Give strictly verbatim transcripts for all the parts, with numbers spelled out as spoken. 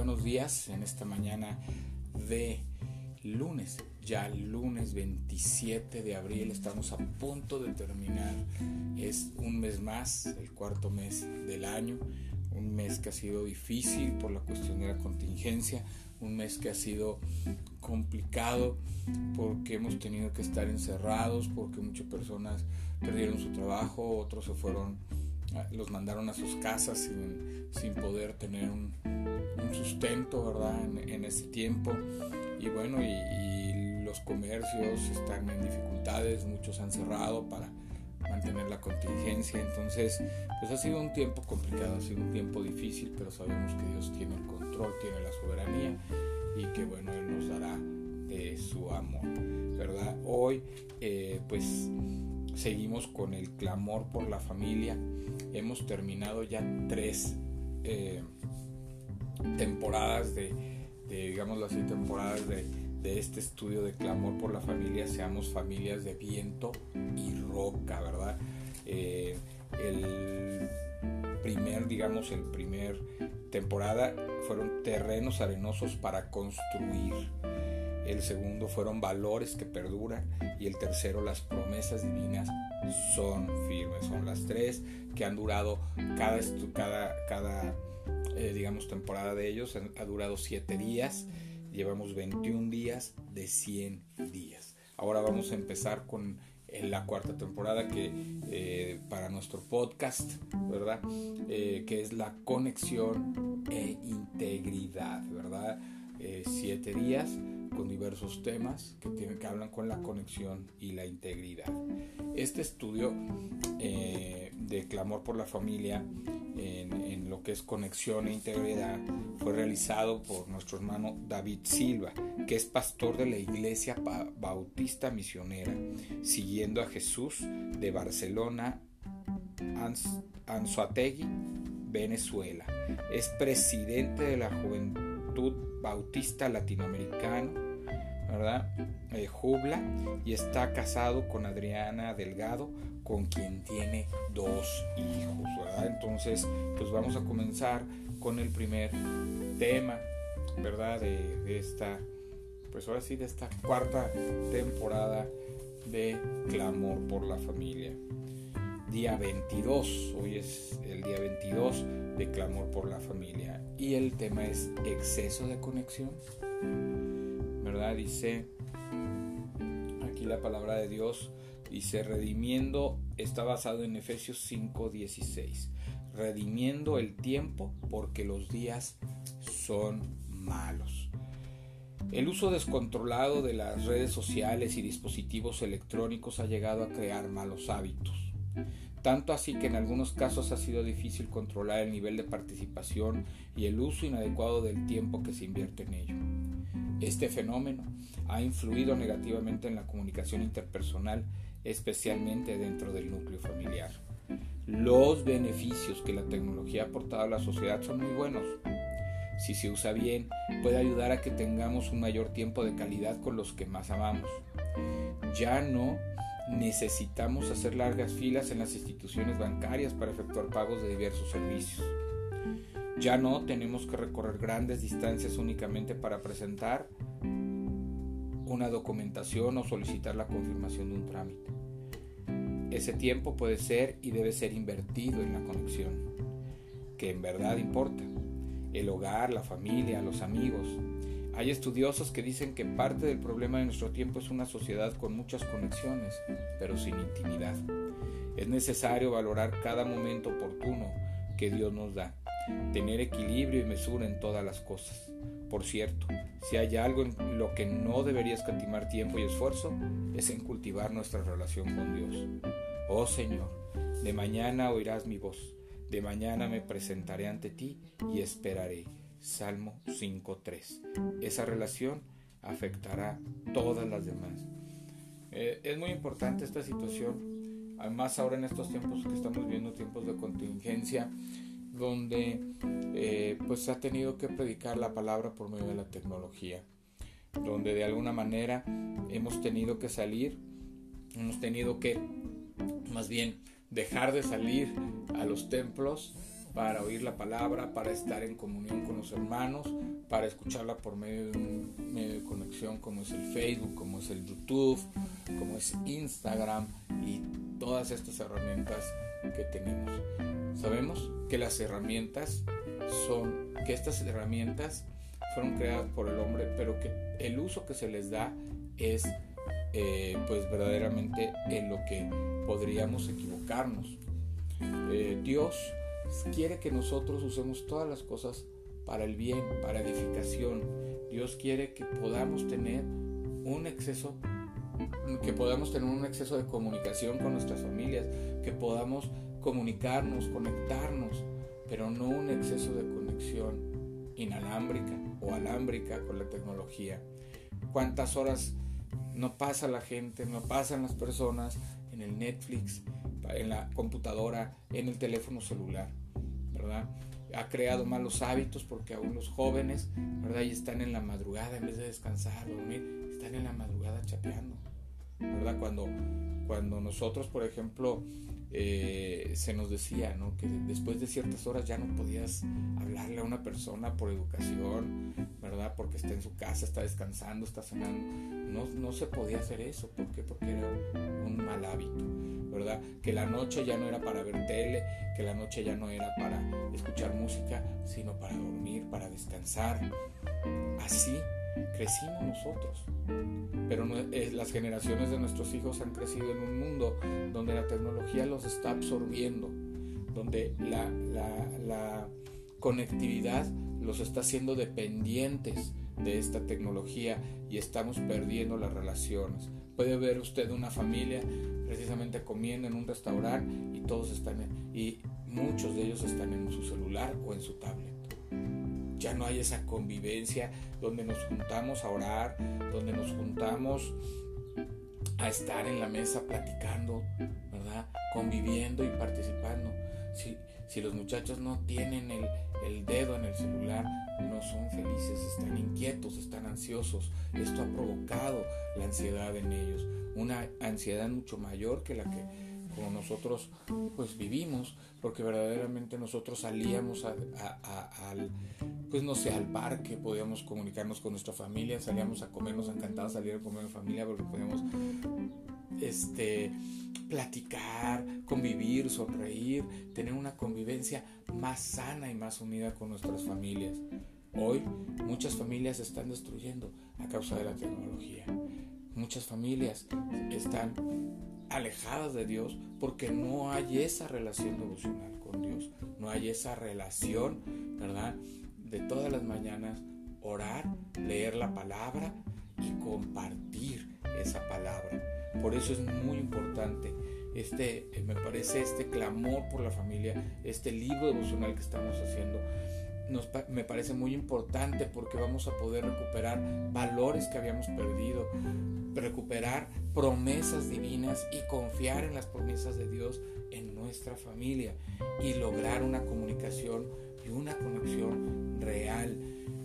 buenos días en esta mañana de lunes, ya lunes veintisiete de abril. Estamos a punto de terminar, es un mes más, el cuarto mes del año, un mes que ha sido difícil por la cuestión de la contingencia, un mes que ha sido complicado porque hemos tenido que estar encerrados, porque muchas personas perdieron su trabajo, otros se fueron, los mandaron a sus casas sin, sin poder tener un, un sustento, ¿verdad? En, en ese tiempo. Y bueno, y, y los comercios están en dificultades, muchos han cerrado para mantener la contingencia. Entonces, pues ha sido un tiempo complicado, ha sido un tiempo difícil, pero sabemos que Dios tiene el control, tiene la soberanía y que bueno, Él nos dará de su amor, ¿verdad? Hoy, eh, pues seguimos con el clamor por la familia. Hemos terminado ya tres eh, temporadas de, de, digámoslo así, temporadas de, de este estudio de clamor por la familia. Seamos familias de viento y roca, ¿verdad? Eh, el primer, digamos, el primer temporada fueron terrenos arenosos para construir. El segundo fueron valores que perduran y el tercero las promesas divinas son firmes. Son las tres que han durado cada, cada, cada eh, digamos temporada de ellos ha durado siete días. Llevamos veintiún días de cien días. Ahora vamos a empezar con la cuarta temporada que eh, para nuestro podcast, ¿verdad? Eh, que es la conexión e integridad, ¿verdad? Eh, siete días con diversos temas que, tienen, que hablan con la conexión y la integridad. Este estudio eh, de clamor por la familia en, en lo que es conexión e integridad fue realizado por nuestro hermano David Silva, que es pastor de la Iglesia Bautista Misionera Siguiendo a Jesús de Barcelona, Anzoátegui, Venezuela. Es presidente de la Juventud Bautista Latinoamericana, ¿verdad? Eh, Jubla, y está casado con Adriana Delgado, con quien tiene dos hijos, ¿verdad? Entonces, pues vamos a comenzar con el primer tema, ¿verdad? De, de esta, pues ahora sí, de esta cuarta temporada de Clamor por la Familia. Día veintidós, hoy es el día veintidós de Clamor por la Familia. Y el tema es exceso de conexión, ¿verdad? Dice aquí la palabra de Dios, dice redimiendo, está basado en Efesios cinco dieciséis, redimiendo el tiempo porque los días son malos. El uso descontrolado de las redes sociales y dispositivos electrónicos ha llegado a crear malos hábitos. Tanto así que en algunos casos ha sido difícil controlar el nivel de participación y el uso inadecuado del tiempo que se invierte en ello. Este fenómeno ha influido negativamente en la comunicación interpersonal, especialmente dentro del núcleo familiar. Los beneficios que la tecnología ha aportado a la sociedad son muy buenos. Si se usa bien, puede ayudar a que tengamos un mayor tiempo de calidad con los que más amamos. Ya no necesitamos hacer largas filas en las instituciones bancarias para efectuar pagos de diversos servicios. Ya no tenemos que recorrer grandes distancias únicamente para presentar una documentación o solicitar la confirmación de un trámite. Ese tiempo puede ser y debe ser invertido en la conexión, que en verdad importa. El hogar, la familia, los amigos. Hay estudiosos que dicen que parte del problema de nuestro tiempo es una sociedad con muchas conexiones, pero sin intimidad. Es necesario valorar cada momento oportuno que Dios nos da, tener equilibrio y mesura en todas las cosas. Por cierto, si hay algo en lo que no debería escatimar tiempo y esfuerzo, es en cultivar nuestra relación con Dios. Oh Señor, de mañana oirás mi voz, de mañana me presentaré ante ti y esperaré. Salmo cinco tres. Esa relación afectará todas las demás. Eh, es muy importante esta situación, además ahora en estos tiempos que estamos viviendo, tiempos de contingencia, donde eh, pues se ha tenido que predicar la palabra por medio de la tecnología, donde de alguna manera hemos tenido que salir, hemos tenido que más bien dejar de salir a los templos para oír la palabra, para estar en comunión con los hermanos, para escucharla por medio de un medio de conexión como es el Facebook, como es el YouTube, como es Instagram y todas estas herramientas que tenemos. Sabemos que las herramientas son, que estas herramientas fueron creadas por el hombre, pero que el uso que se les da es eh, pues verdaderamente en lo que podríamos equivocarnos. Eh, Dios quiere que nosotros usemos todas las cosas para el bien, para edificación. Dios quiere que podamos tener un exceso, que podamos tener un exceso de comunicación con nuestras familias, que podamos comunicarnos, conectarnos, pero no un exceso de conexión inalámbrica o alámbrica con la tecnología. ¿Cuántas horas no pasa la gente, no pasan las personas en el Netflix, en la computadora, en el teléfono celular, ¿verdad? Ha creado malos hábitos porque aún los jóvenes, ¿verdad? Y están en la madrugada en vez de descansar, dormir, están en la madrugada chateando, ¿verdad? Cuando, cuando nosotros, por ejemplo, eh, se nos decía, ¿no?, que después de ciertas horas ya no podías hablarle a una persona por educación, ¿verdad? Porque está en su casa, está descansando, está cenando. No, no se podía hacer eso. ¿Por qué? Porque era un mal hábito, ¿verdad? Que la noche ya no era para ver tele, que la noche ya no era para escuchar música, sino para dormir, para descansar. Así crecimos nosotros. Pero no, eh, las generaciones de nuestros hijos han crecido en un mundo donde la tecnología los está absorbiendo, donde la, la, la conectividad los está haciendo dependientes de esta tecnología y estamos perdiendo las relaciones. Puede ver usted una familia precisamente comiendo en un restaurante y todos están en, y muchos de ellos están en su celular o en su tablet. Ya no hay esa convivencia donde nos juntamos a orar, donde nos juntamos a estar en la mesa platicando, ¿verdad? Conviviendo y participando. Si, si los muchachos no tienen el, el dedo en el celular, no son felices, están inquietos, están ansiosos. Esto ha provocado la ansiedad en ellos, una ansiedad mucho mayor que la que como nosotros pues vivimos, porque verdaderamente nosotros salíamos a, a, a, al pues no sé, al parque, podíamos comunicarnos con nuestra familia, salíamos a comer, nos encantaba salir a comer en familia porque podíamos este, platicar, convivir, sonreír, tener una convivencia más sana y más unida con nuestras familias. Hoy muchas familias se están destruyendo a causa de la tecnología. Muchas familias están alejadas de Dios porque no hay esa relación devocional con Dios, no hay esa relación, ¿verdad?, de todas las mañanas orar, leer la palabra y compartir esa palabra. Por eso es muy importante este, me parece este clamor por la familia, este libro devocional que estamos haciendo. Nos, me parece muy importante porque vamos a poder recuperar valores que habíamos perdido, recuperar promesas divinas y confiar en las promesas de Dios en nuestra familia y lograr una comunicación y una conexión real.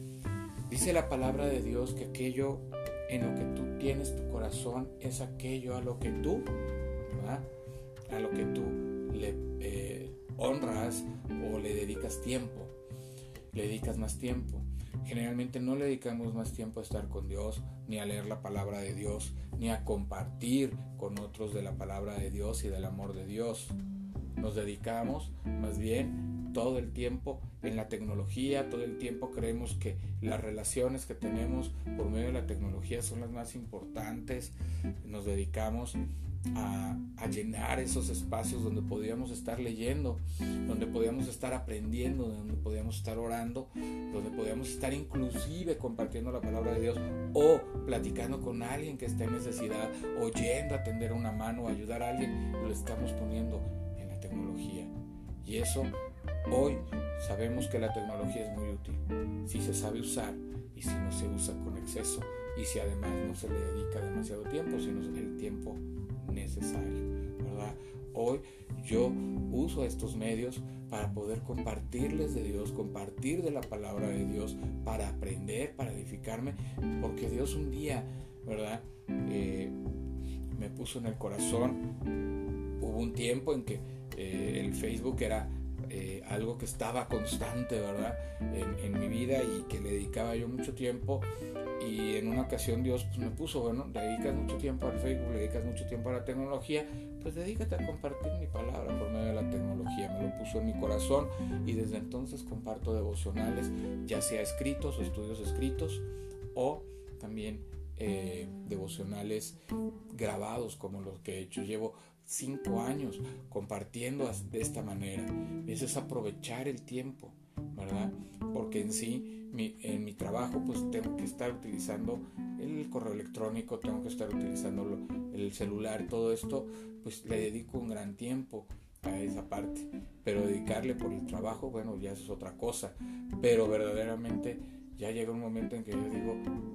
Dice la palabra de Dios que aquello en lo que tú tienes tu corazón es aquello a lo que tú, ¿verdad?, a lo que tú le eh, honras o le dedicas tiempo. Le dedicas más tiempo. Generalmente no le dedicamos más tiempo a estar con Dios, ni a leer la palabra de Dios, ni a compartir con otros de la palabra de Dios y del amor de Dios. Nos dedicamos más bien todo el tiempo en la tecnología, todo el tiempo creemos que las relaciones que tenemos por medio de la tecnología son las más importantes. Nos dedicamos A, a llenar esos espacios donde podíamos estar leyendo, donde podíamos estar aprendiendo, donde podíamos estar orando, donde podíamos estar inclusive compartiendo la palabra de Dios o platicando con alguien que esté en necesidad, o yendo a tender una mano o ayudar a alguien. Lo estamos poniendo en la tecnología y eso hoy sabemos que la tecnología es muy útil si se sabe usar y si no se usa con exceso y si además no se le dedica demasiado tiempo, sino el tiempo necesario, ¿verdad? Hoy yo uso estos medios para poder compartirles de Dios, compartir de la palabra de Dios, para aprender, para edificarme, porque Dios un día, ¿verdad?, eh, me puso en el corazón. Hubo un tiempo en que eh, el Facebook era eh, algo que estaba constante, ¿verdad? En, en mi vida y que le dedicaba yo mucho tiempo. Y en una ocasión Dios pues, me puso, bueno, dedicas mucho tiempo al Facebook, le dedicas mucho tiempo a la tecnología, pues dedícate a compartir mi palabra por medio de la tecnología. Me lo puso en mi corazón y desde entonces comparto devocionales, ya sea escritos o estudios escritos, o también eh, devocionales grabados como los que he hecho. Llevo cinco años compartiendo de esta manera. Eso es aprovechar el tiempo, ¿verdad? Porque en sí, mi, en mi trabajo, pues tengo que estar utilizando el correo electrónico, tengo que estar utilizando lo, el celular, todo esto, pues le dedico un gran tiempo a esa parte. Pero dedicarle por el trabajo, bueno, ya eso es otra cosa. Pero verdaderamente ya llega un momento en que yo digo,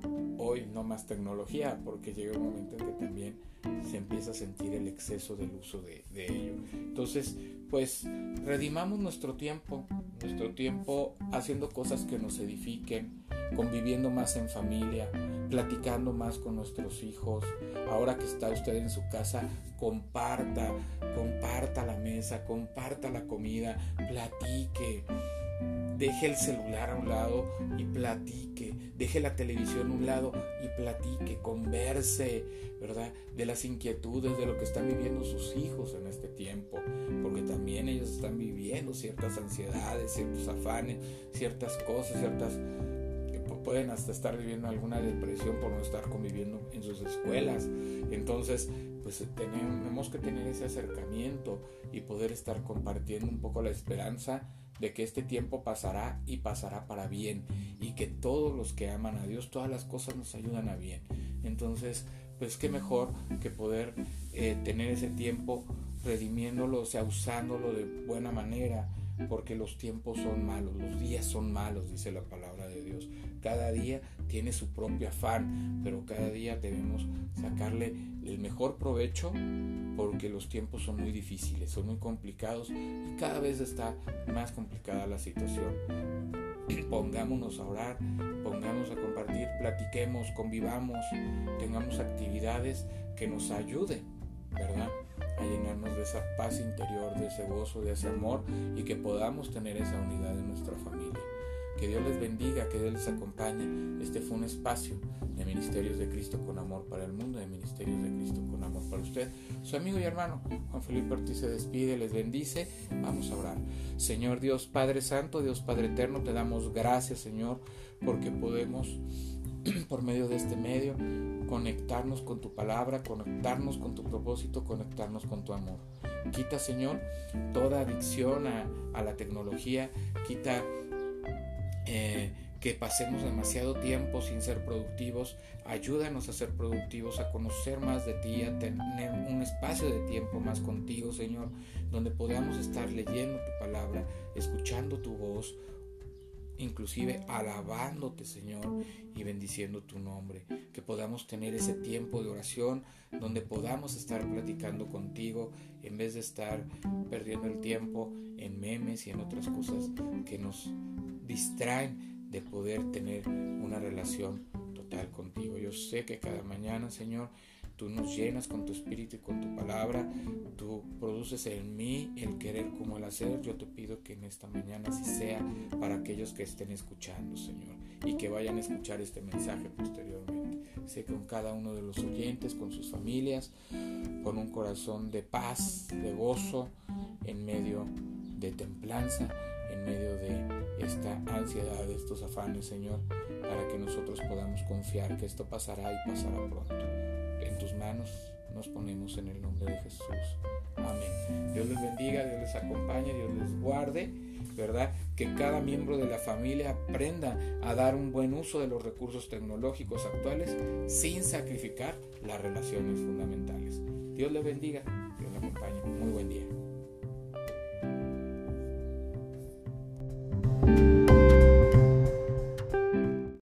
hoy no más tecnología, porque llega un momento en que también se empieza a sentir el exceso del uso de, de ello. Entonces, pues redimamos nuestro tiempo, nuestro tiempo haciendo cosas que nos edifiquen, conviviendo más en familia, platicando más con nuestros hijos. Ahora que está usted en su casa, comparta, comparta la mesa, comparta la comida, platique. Deje el celular a un lado y platique, deje la televisión a un lado y platique, converse, ¿verdad? De las inquietudes, de lo que están viviendo sus hijos en este tiempo, porque también ellos están viviendo ciertas ansiedades, ciertos afanes, ciertas cosas, ciertas que pueden hasta estar viviendo alguna depresión por no estar conviviendo en sus escuelas. Entonces, pues tenemos que tener ese acercamiento y poder estar compartiendo un poco la esperanza de que este tiempo pasará y pasará para bien, y que todos los que aman a Dios, todas las cosas nos ayudan a bien. Entonces, pues qué mejor que poder eh, tener ese tiempo redimiéndolo, o sea, usándolo de buena manera, porque los tiempos son malos, los días son malos, dice la palabra de Dios. Cada día tiene su propio afán, pero cada día debemos sacarle el mejor provecho, porque los tiempos son muy difíciles, son muy complicados y cada vez está más complicada la situación. Pongámonos a orar, pongámonos a compartir, platiquemos, convivamos, tengamos actividades que nos ayuden, ¿verdad?, a llenarnos de esa paz interior, de ese gozo, de ese amor, y que podamos tener esa unidad en nuestra familia. Que Dios les bendiga, que Dios les acompañe. Este fue un espacio de Ministerios de Cristo con amor para el mundo, de Ministerios de Cristo con amor para usted. Su amigo y hermano Juan Felipe Ortiz se despide, les bendice. Vamos a orar. Señor Dios Padre Santo, Dios Padre Eterno, te damos gracias, Señor, porque podemos por medio de este medio conectarnos con tu palabra, conectarnos con tu propósito, conectarnos con tu amor. Quita, Señor, toda adicción a, a la tecnología, quita eh, que pasemos demasiado tiempo sin ser productivos. Ayúdanos a ser productivos, a conocer más de ti, a tener un espacio de tiempo más contigo, Señor, donde podamos estar leyendo tu palabra, escuchando tu voz, inclusive alabándote, Señor, y bendiciendo tu nombre. Que podamos tener ese tiempo de oración donde podamos estar platicando contigo, en vez de estar perdiendo el tiempo en memes y en otras cosas que nos distraen de poder tener una relación total contigo. Yo sé que cada mañana, Señor, tú nos llenas con tu espíritu y con tu palabra. Tú produces en mí el querer como el hacer. Yo te pido que en esta mañana así sea para aquellos que estén escuchando, Señor, y que vayan a escuchar este mensaje posteriormente. Sé que con cada uno de los oyentes, con sus familias, con un corazón de paz, de gozo, en medio de templanza, en medio de esta ansiedad, de estos afanes, Señor, para que nosotros podamos confiar que esto pasará y pasará pronto. En tus manos nos ponemos en el nombre de Jesús. Amén. Dios les bendiga, Dios les acompañe, Dios les guarde, ¿verdad? Que cada miembro de la familia aprenda a dar un buen uso de los recursos tecnológicos actuales sin sacrificar las relaciones fundamentales. Dios les bendiga, Dios les acompañe. Muy buen día.